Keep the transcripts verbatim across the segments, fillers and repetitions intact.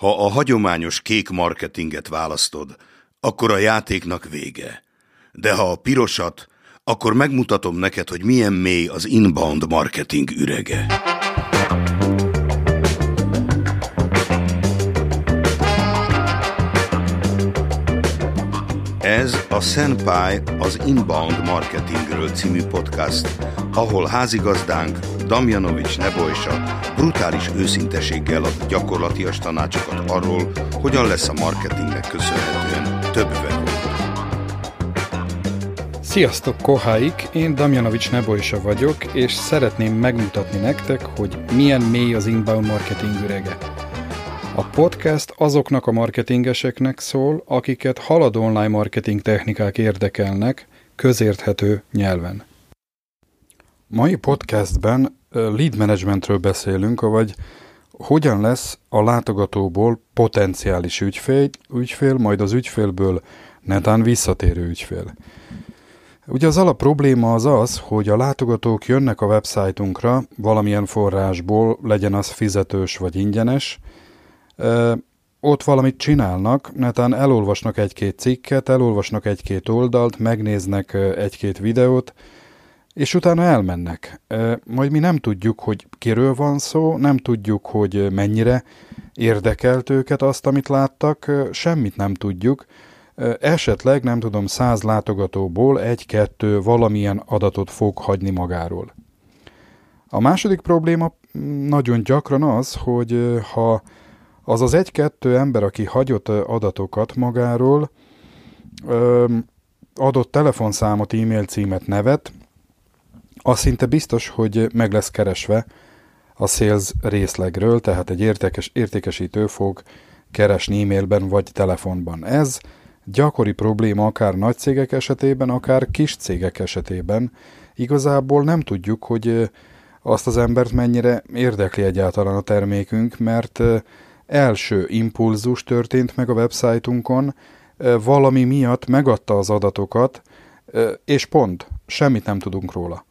Ha a hagyományos kék marketinget választod, akkor a játéknak vége. De ha a pirosat, akkor megmutatom neked, hogy milyen mély az inbound marketing ürege. Ez a Senpai az Inbound Marketingről című podcast, ahol házigazdánk Damjanovics Nebojsa brutális őszinteséggel ad gyakorlatias tanácsokat arról, hogyan lesz a marketingnek köszönhetően több vevő. Sziasztok, koháik! Én Damjanovics Nebojsa vagyok, és szeretném megmutatni nektek, hogy milyen mély az inbound marketing ürege. A podcast azoknak a marketingeseknek szól, akiket haladó online marketing technikák érdekelnek, közérthető nyelven. Mai podcastben lead managementről beszélünk, vagy hogyan lesz a látogatóból potenciális ügyfél, ügyfél, majd az ügyfélből netán visszatérő ügyfél. Ugye az alap probléma az az, hogy a látogatók jönnek a websájtunkra valamilyen forrásból, legyen az fizetős vagy ingyenes, Ö, ott valamit csinálnak, netán elolvasnak egy-két cikket, elolvasnak egy-két oldalt, megnéznek egy-két videót, és utána elmennek. Ö, majd mi nem tudjuk, hogy kiről van szó, nem tudjuk, hogy mennyire érdekelt őket azt, amit láttak, semmit nem tudjuk. Ö, esetleg, nem tudom, száz látogatóból egy-kettő valamilyen adatot fog hagyni magáról. A második probléma nagyon gyakran az, hogy ha az az egy-kettő ember, aki hagyott adatokat magáról, adott telefonszámot, e-mail címet, nevet, az szinte biztos, hogy meg lesz keresve a sales részlegről, tehát egy értékes, értékesítő fog keresni e-mailben vagy telefonban. Ez gyakori probléma akár nagy cégek esetében, akár kis cégek esetében. Igazából nem tudjuk, hogy azt az embert mennyire érdekli egyáltalán a termékünk, mert első impulzus történt meg a websájtunkon, valami miatt megadta az adatokat, és pont, semmit nem tudunk róla.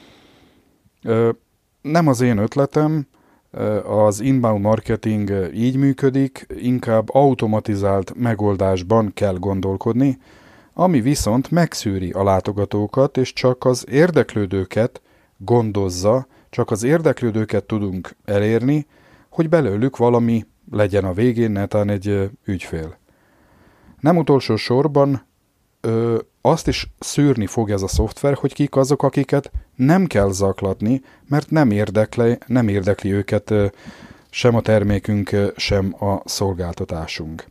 Nem az én ötletem, az inbound marketing így működik, inkább automatizált megoldásban kell gondolkodni, ami viszont megszűri a látogatókat, és csak az érdeklődőket gondozza, csak az érdeklődőket tudunk elérni, hogy belőlük valami legyen a végén netán egy ügyfél. Nem utolsó sorban ö, azt is szűrni fog ez a szoftver, hogy kik azok, akiket nem kell zaklatni, mert nem érdekli, nem érdekli őket ö, sem a termékünk, ö, sem a szolgáltatásunk.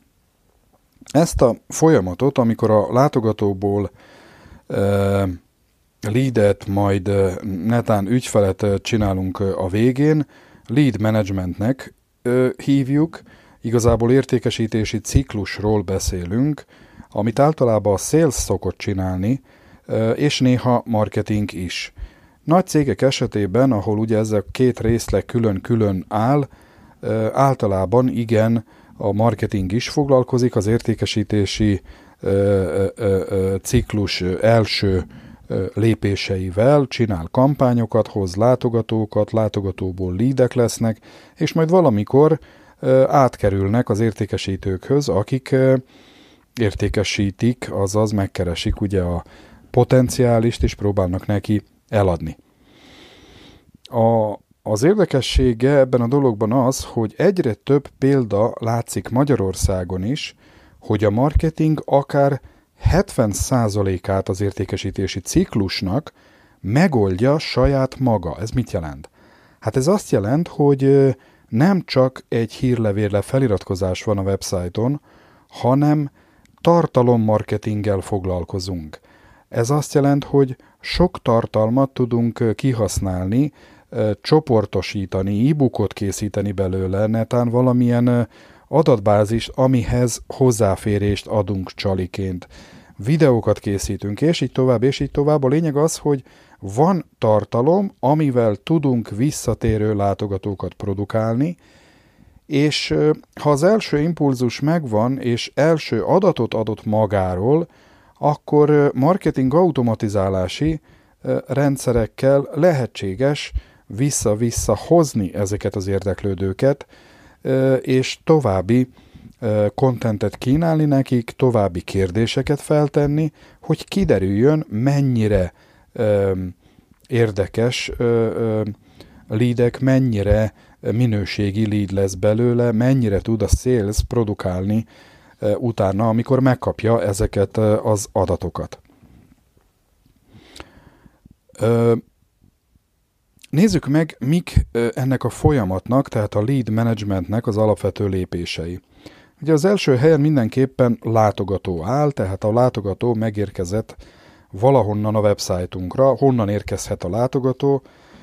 Ezt a folyamatot, amikor a látogatóból ö, leadet, majd ö, netán ügyfelet ö, csinálunk ö, a végén, lead managementnek ö, hívjuk, igazából értékesítési ciklusról beszélünk, amit általában a sales szokott csinálni, ö, és néha marketing is. Nagy cégek esetében, ahol ugye ez a két részleg külön-külön áll, ö, általában igen, a marketing is foglalkozik, az értékesítési ö, ö, ö, ciklus első lépéseivel, csinál kampányokat, hoz látogatókat, látogatóból leadek lesznek, és majd valamikor átkerülnek az értékesítőkhöz, akik értékesítik, azaz megkeresik ugye a potenciálist, és próbálnak neki eladni. A, az érdekessége ebben a dologban az, hogy egyre több példa látszik Magyarországon is, hogy a marketing akár hetven százalékát az értékesítési ciklusnak megoldja saját maga. Ez mit jelent? Hát ez azt jelent, hogy nem csak egy hírlevélre feliratkozás van a websájton, hanem tartalommarketinggel foglalkozunk. Ez azt jelent, hogy sok tartalmat tudunk kihasználni, csoportosítani, e-bookot készíteni belőle, netán valamilyen adatbázis, amihez hozzáférést adunk csaliként. Videókat készítünk, és így tovább, és így tovább. A lényeg az, hogy van tartalom, amivel tudunk visszatérő látogatókat produkálni, és ha az első impulzus megvan, és első adatot adott magáról, akkor marketing automatizálási rendszerekkel lehetséges vissza-vissza hozni ezeket az érdeklődőket, és további contentet kínálni nekik, további kérdéseket feltenni, hogy kiderüljön, mennyire érdekes leadek, mennyire minőségi lead lesz belőle, mennyire tud a sales produkálni utána, amikor megkapja ezeket az adatokat. Nézzük meg, mik ennek a folyamatnak, tehát a lead managementnek az alapvető lépései. Ugye az első helyen mindenképpen látogató áll, tehát a látogató megérkezett valahonnan a websájtunkra, honnan érkezhet a látogató,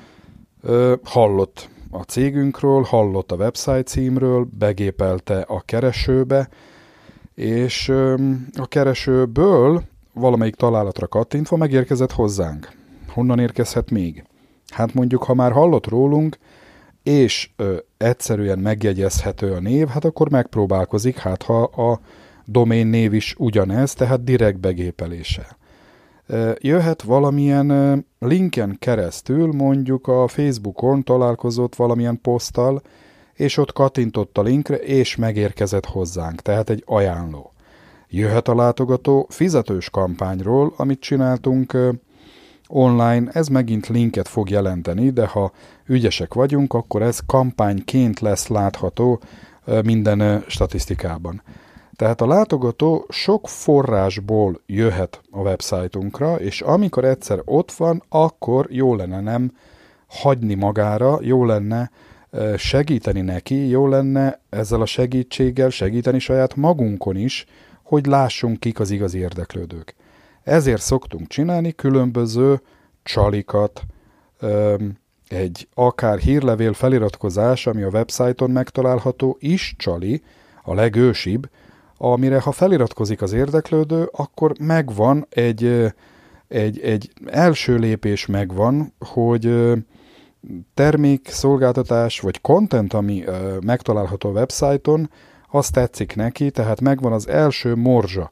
hallott a cégünkről, hallott a website címről, begépelte a keresőbe, és a keresőből valamelyik találatra kattintva megérkezett hozzánk. Honnan érkezhet még? Hát mondjuk, ha már hallott rólunk, és ö, egyszerűen megjegyezhető a név, hát akkor megpróbálkozik, hát ha a domain név is ugyanez, tehát direkt begépeléssel. Jöhet valamilyen linken keresztül, mondjuk a Facebookon találkozott valamilyen poszttal, és ott kattintott a linkre, és megérkezett hozzánk, tehát egy ajánló. Jöhet a látogató fizetős kampányról, amit csináltunk online, ez megint linket fog jelenteni, de ha ügyesek vagyunk, akkor ez kampányként lesz látható minden statisztikában. Tehát a látogató sok forrásból jöhet a websájtunkra, és amikor egyszer ott van, akkor jó lenne nem hagyni magára, jó lenne segíteni neki, jó lenne ezzel a segítséggel segíteni saját magunkon is, hogy lássunk, kik az igazi érdeklődők. Ezért szoktunk csinálni különböző csalikat, egy akár hírlevél feliratkozás, ami a websájton megtalálható, is csali, a legősibb, amire ha feliratkozik az érdeklődő, akkor megvan egy, egy, egy első lépés megvan, hogy termék, szolgáltatás vagy content, ami megtalálható a websájton, az tetszik neki, tehát megvan az első morzsa.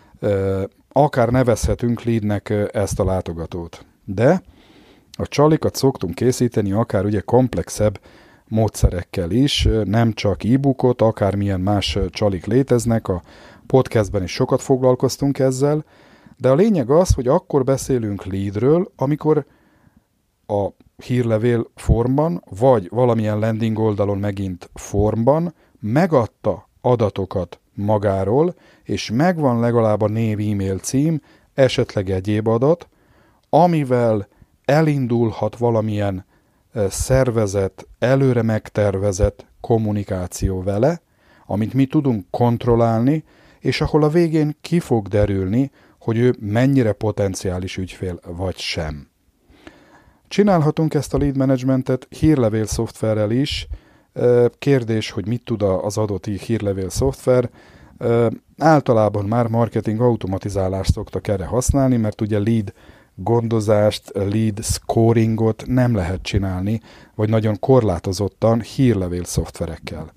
Akár nevezhetünk leadnek ezt a látogatót. De a csalikat szoktunk készíteni akár ugye komplexebb módszerekkel is, nem csak e-bookot, akármilyen más csalik léteznek, a podcastben is sokat foglalkoztunk ezzel, de a lényeg az, hogy akkor beszélünk leadről, amikor a hírlevél formban, vagy valamilyen landing oldalon megint formban megadta adatokat magáról, és megvan legalább a név, e-mail cím, esetleg egyéb adat, amivel elindulhat valamilyen szervezett, előre megtervezett kommunikáció vele, amit mi tudunk kontrollálni, és ahol a végén ki fog derülni, hogy ő mennyire potenciális ügyfél vagy sem. Csinálhatunk ezt a lead managementet hírlevél szoftverrel is. Kérdés, hogy mit tud az adott hírlevél szoftver. Általában már marketing automatizálást szoktak erre használni, mert ugye lead gondozást, lead scoringot nem lehet csinálni, vagy nagyon korlátozottan hírlevél szoftverekkel.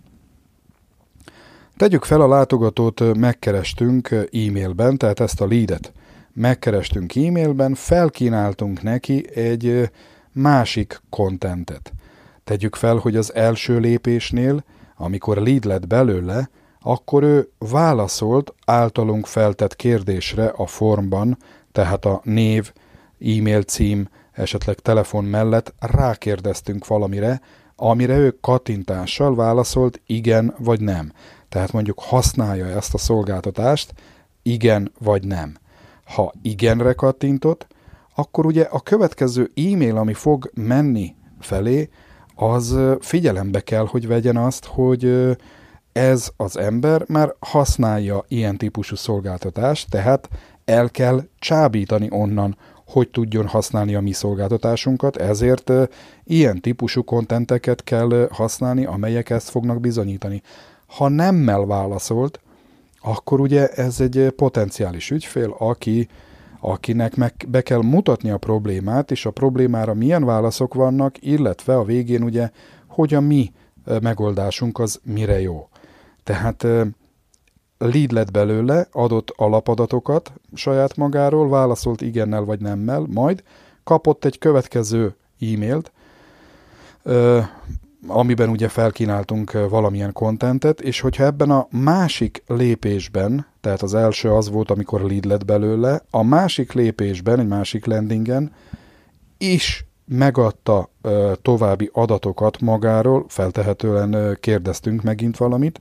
Tegyük fel, a látogatót megkerestünk e-mailben, tehát ezt a leadet megkerestünk e-mailben, felkínáltunk neki egy másik contentet. Tegyük fel, hogy az első lépésnél, amikor lead lett belőle, akkor ő válaszolt általunk feltett kérdésre a formban, tehát a név, e-mail cím, esetleg telefon mellett rákérdeztünk valamire, amire ő kattintással válaszolt igen vagy nem. Tehát mondjuk használja ezt a szolgáltatást, igen vagy nem. Ha igenre kattintott, akkor ugye a következő e-mail, ami fog menni felé, az figyelembe kell, hogy vegyen azt, hogy ez az ember már használja ilyen típusú szolgáltatást, tehát el kell csábítani onnan, hogy tudjon használni a mi szolgáltatásunkat, ezért ilyen típusú kontenteket kell használni, amelyek ezt fognak bizonyítani. Ha nemmel válaszolt, akkor ugye ez egy potenciális ügyfél, aki, akinek meg be kell mutatni a problémát, és a problémára milyen válaszok vannak, illetve a végén ugye, hogy a mi megoldásunk az mire jó. Tehát lead lett belőle, adott alapadatokat saját magáról, válaszolt igennel vagy nemmel, majd kapott egy következő e-mailt, amiben ugye felkínáltunk valamilyen kontentet, és hogyha ebben a másik lépésben, tehát az első az volt, amikor lead lett belőle, a másik lépésben, egy másik landingen is megadta ö, további adatokat magáról, feltehetően ö, kérdeztünk megint valamit.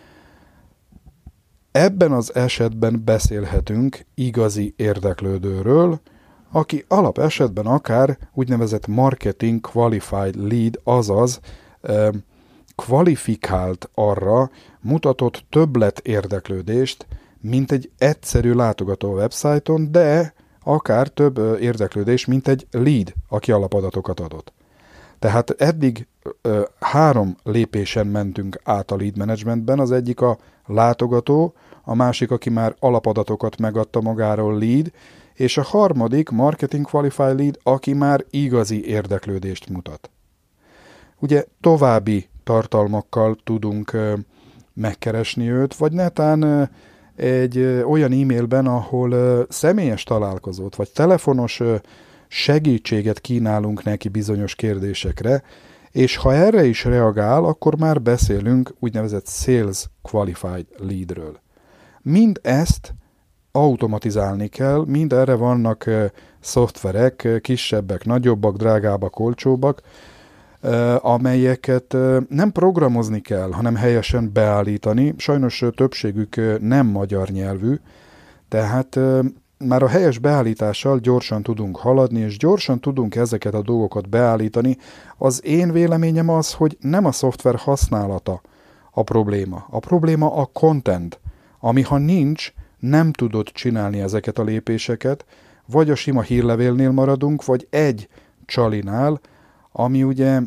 Ebben az esetben beszélhetünk igazi érdeklődőről, aki alap esetben akár úgynevezett marketing qualified lead, azaz ö, kvalifikált arra, mutatott többlet érdeklődést, mint egy egyszerű látogató websájton, de akár több érdeklődés, mint egy lead, aki alapadatokat adott. Tehát eddig ö, három lépésen mentünk át a lead managementben, az egyik a látogató, a másik, aki már alapadatokat megadta magáról, lead, és a harmadik marketing qualified lead, aki már igazi érdeklődést mutat. Ugye további tartalmakkal tudunk ö, megkeresni őt, vagy netán ö, egy ö, olyan e-mailben, ahol ö, személyes találkozót, vagy telefonos ö, segítséget kínálunk neki bizonyos kérdésekre, és ha erre is reagál, akkor már beszélünk úgynevezett Sales Qualified Leadről. Mind ezt automatizálni kell, mind erre vannak uh, szoftverek, uh, kisebbek, nagyobbak, drágábbak, olcsóbbak, uh, amelyeket uh, nem programozni kell, hanem helyesen beállítani. Sajnos uh, többségük uh, nem magyar nyelvű, tehát uh, már a helyes beállítással gyorsan tudunk haladni, és gyorsan tudunk ezeket a dolgokat beállítani. Az én véleményem az, hogy nem a szoftver használata a probléma. A probléma a content, ami ha nincs, nem tudod csinálni ezeket a lépéseket, vagy a sima hírlevélnél maradunk, vagy egy csalinál, ami ugye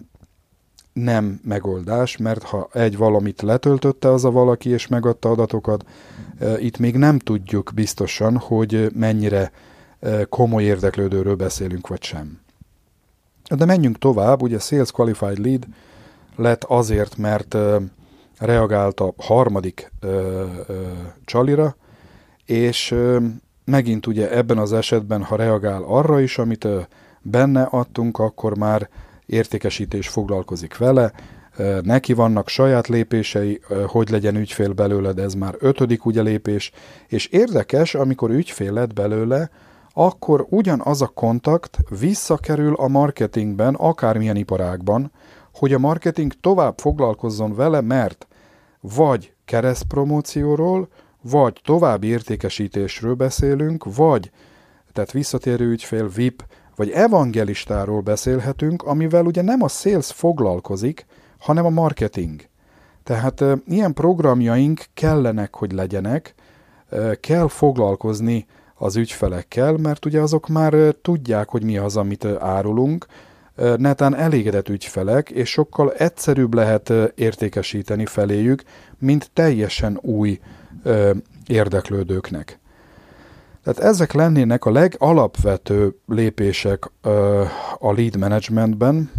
nem megoldás, mert ha egy valamit letöltötte az a valaki, és megadta adatokat, itt még nem tudjuk biztosan, hogy mennyire komoly érdeklődőről beszélünk, vagy sem. De menjünk tovább, ugye Sales Qualified Lead lett azért, mert reagált a harmadik csalira, és megint ugye ebben az esetben, ha reagál arra is, amit benne adtunk, akkor már értékesítés foglalkozik vele, neki vannak saját lépései, hogy legyen ügyfél belőle, de ez már ötödik ugye lépés, és érdekes, amikor ügyfél lett belőle, akkor ugyanaz a kontakt visszakerül a marketingben, akármilyen iparágban, hogy a marketing tovább foglalkozzon vele, mert vagy keresztpromócióról, vagy további értékesítésről beszélünk, vagy, tehát visszatérő ügyfél, vé i pé, vagy evangelistáról beszélhetünk, amivel ugye nem a sales foglalkozik, hanem a marketing. Tehát e, ilyen programjaink kellenek, hogy legyenek, e, kell foglalkozni az ügyfelekkel, mert ugye azok már e, tudják, hogy mi az, amit e, árulunk, e, netán elégedett ügyfelek, és sokkal egyszerűbb lehet e, értékesíteni feléjük, mint teljesen új e, érdeklődőknek. Tehát ezek lennének a legalapvető lépések ö, a lead managementben,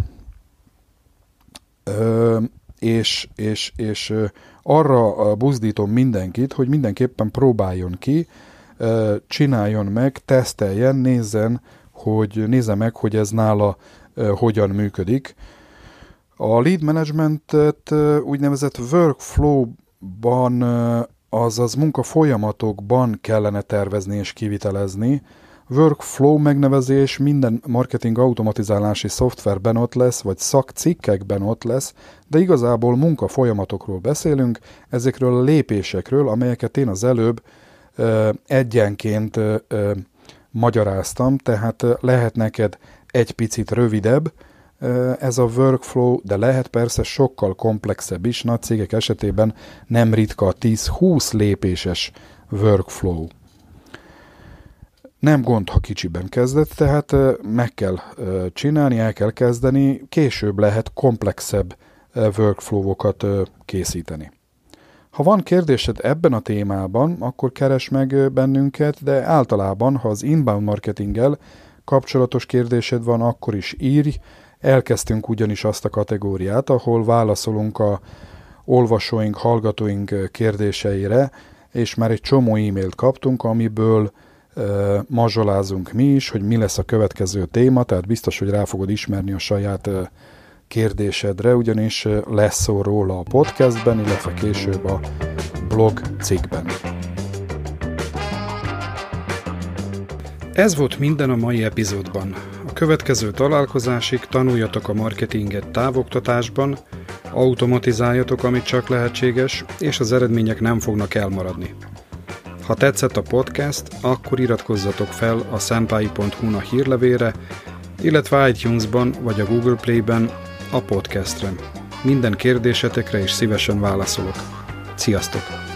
ö, és, és, és ö, arra buzdítom mindenkit, hogy mindenképpen próbáljon ki, ö, csináljon meg, teszteljen, nézzen, hogy, nézze meg, hogy ez nála ö, hogyan működik. A lead managementet ö, úgynevezett workflow-ban, ö, azaz munkafolyamatokban kellene tervezni és kivitelezni. Workflow megnevezés minden marketing automatizálási szoftverben ott lesz, vagy szakcikkekben ott lesz, de igazából munkafolyamatokról beszélünk, ezekről a lépésekről, amelyeket én az előbb ö, egyenként ö, ö, magyaráztam, tehát ö, lehet neked egy picit rövidebb ö, ez a workflow, de lehet persze sokkal komplexebb is, nagy cégek esetében nem ritka a tíz-húsz lépéses workflow. Nem gond, ha kicsiben kezdett, tehát meg kell csinálni, el kell kezdeni, később lehet komplexebb workflow-okat készíteni. Ha van kérdésed ebben a témában, akkor keresd meg bennünket, de általában, ha az inbound marketinggel kapcsolatos kérdésed van, akkor is írj. Elkezdtünk ugyanis azt a kategóriát, ahol válaszolunk a olvasóink, hallgatóink kérdéseire, és már egy csomó e-mailt kaptunk, amiből Uh, mazsolázunk mi is, hogy mi lesz a következő téma, tehát biztos, hogy rá fogod ismerni a saját uh, kérdésedre, ugyanis lesz szó róla a podcastben, illetve később a blog cikkben. Ez volt minden a mai epizódban. A következő találkozásig tanuljatok a marketinget távoktatásban, automatizáljatok, amit csak lehetséges, és az eredmények nem fognak elmaradni. Ha tetszett a podcast, akkor iratkozzatok fel a senpai pont hu-n a hírlevére, illetve iTunes-ban vagy a Google Play-ben a podcastre. Minden kérdésetekre is szívesen válaszolok. Sziasztok!